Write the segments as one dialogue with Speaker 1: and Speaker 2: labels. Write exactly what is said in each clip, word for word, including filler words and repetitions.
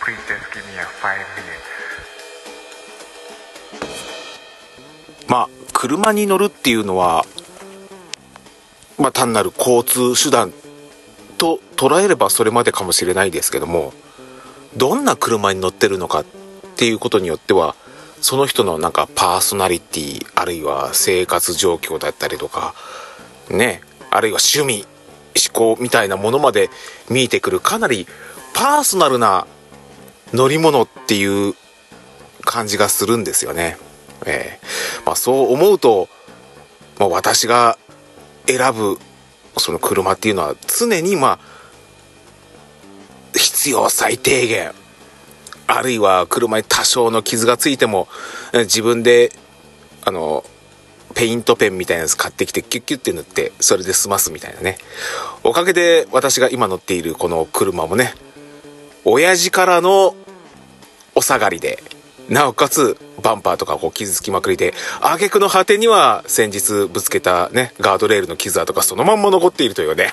Speaker 1: Please just give me a five minutes.
Speaker 2: まあ車に乗るっていうのは、まあ単なる交通手段と捉えればそれまでかもしれないですけども、どんな車に乗ってるのかっていうことによっては、その人のなんかパーソナリティ、あるいは生活状況だったりとかね、あるいは趣味思考みたいなものまで見えてくる、かなりパーソナルな乗り物っていう感じがするんですよね。えーまあ、そう思うと、まあ、私が選ぶその車っていうのは常にまあ必要最低限、あるいは車に多少の傷がついても自分であのペイントペンみたいなやつ買ってきてキュッキュッて塗ってそれで済ますみたいなね。おかげで私が今乗っているこの車もね、親父からのお下がりで、なおかつバンパーとかこう傷つきまくりで、挙句の果てには先日ぶつけたねガードレールの傷跡がそのまんま残っているというね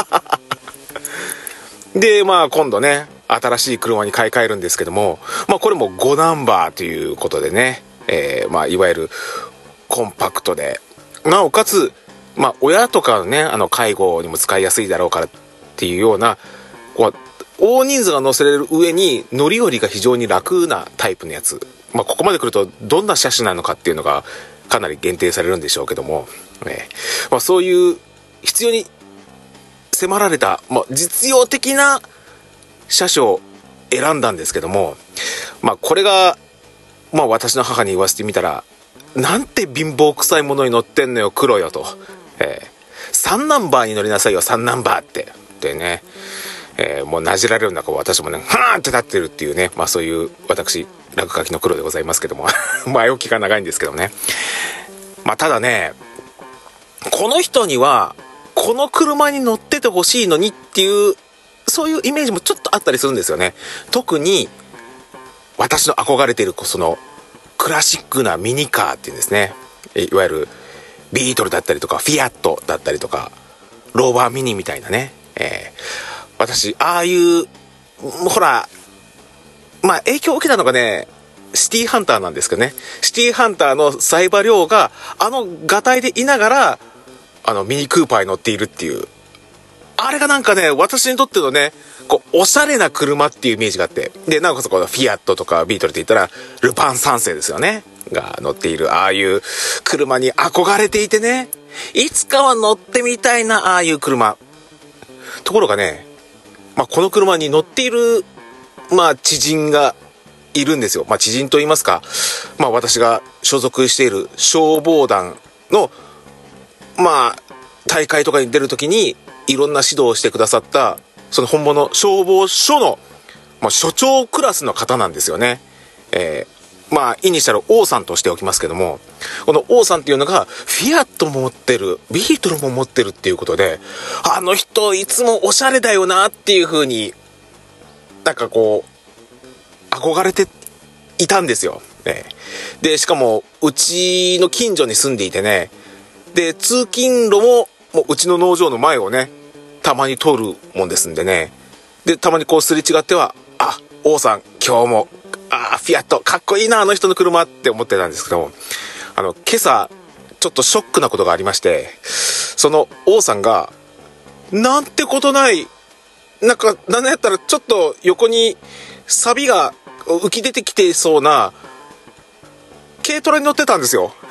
Speaker 2: でまあ今度ね新しい車に買い替えるんですけども、まあこれもごナンバーということでね、えー、まあいわゆるコンパクトで、なおかつまあ親とかねあの介護にも使いやすいだろうからっていうような、こう大人数が乗せれる上に乗り降りが非常に楽なタイプのやつ、まあここまで来るとどんな車種なのかっていうのがかなり限定されるんでしょうけども、えーまあ、そういう必要に迫られた、まあ、実用的な車種を選んだんですけども、まあこれがまあ私の母に言わせてみたら、なんて貧乏臭いものに乗ってんのよ黒よと、えー、さんナンバーに乗りなさいよさんナンバーってでね、えー、もうなじられる中私もねはーって立ってるっていうね、まあそういう私落書きの黒でございますけども前置きが長いんですけどね。まあただね、この人にはこの車に乗っててほしいのにっていうそういうイメージもちょっとあったりするんですよね。特に私の憧れているそのクラシックなミニカーっていうんですね、いわゆるビートルだったりとかフィアットだったりとかローバーミニみたいなね、えー、私ああいうほらまあ影響を受けたのがねシティハンターなんですけどね、シティハンターの冴羽亮があのガタイでいながらあのミニクーパーに乗っているっていう、あれがなんかね私にとってのねこうおしゃれな車っていうイメージがあって、でなおかつこのフィアットとかビートルって言ったらルパン三世ですよねが乗っているああいう車に憧れていてね、いつかは乗ってみたいなああいう車。ところがね、まあ、この車に乗っているまあ知人がいるんですよ。まあ知人と言いますか、まあ私が所属している消防団のまあ大会とかに出るときにいろんな指導をしてくださったその本物消防署の、まあ、署長クラスの方なんですよね。えー、まあイニシャル O さんとしておきますけども、この O さんっていうのがフィアットも持ってるビートルも持ってるっていうことで、あの人いつもおしゃれだよなっていう風になんかこう憧れていたんですよ。えー、でしかもうちの近所に住んでいてね、で通勤路ももううちの農場の前をねたまに通るもんですんでね、でたまにこうすれ違ってはあ王さん今日もあフィアットかっこいいなあの人の車って思ってたんですけども、あの今朝ちょっとショックなことがありまして、その王さんがなんてことない、なんかなんやったらちょっと横にサビが浮き出てきてそうな軽トラに乗ってたんですよ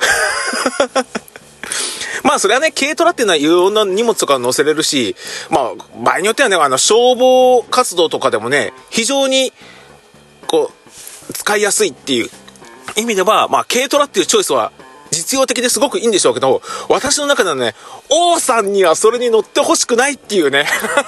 Speaker 2: まあそれはね軽トラっていうのはいろんな荷物とか乗せれるし、まあ場合によってはねあの消防活動とかでもね非常にこう使いやすいっていう意味では、まあ軽トラっていうチョイスは実用的ですごくいいんでしょうけど、私の中ではね王さんにはそれに乗ってほしくないっていうね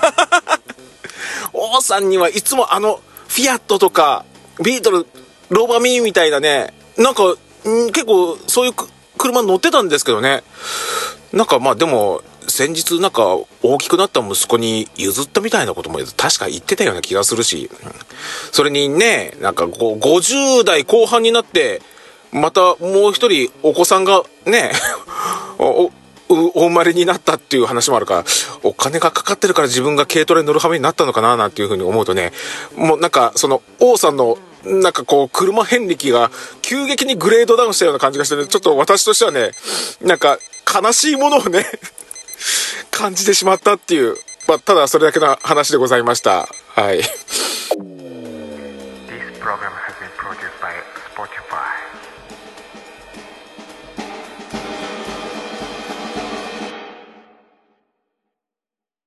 Speaker 2: 王さんにはいつもあのフィアットとかビートルローバーミニみたいなね、なんかん結構そういう車乗ってたんですけどね、なんかまあでも先日なんか大きくなった息子に譲ったみたいなことも確か言ってたような気がするし、それにねなんかこうごじゅう代後半になってまたもう一人お子さんがね生お生まれになったっていう話もあるから、お金がかかってるから自分が軽トラに乗る羽目になったのかななんていうふうに思うとね、もうなんかその王さんのなんかこう車遍歴が急激にグレードダウンしたような感じがしてね、ちょっと私としてはね、なんか悲しいものをね感じてしまったっていう、まあ、ただそれだけの話でございました。はい。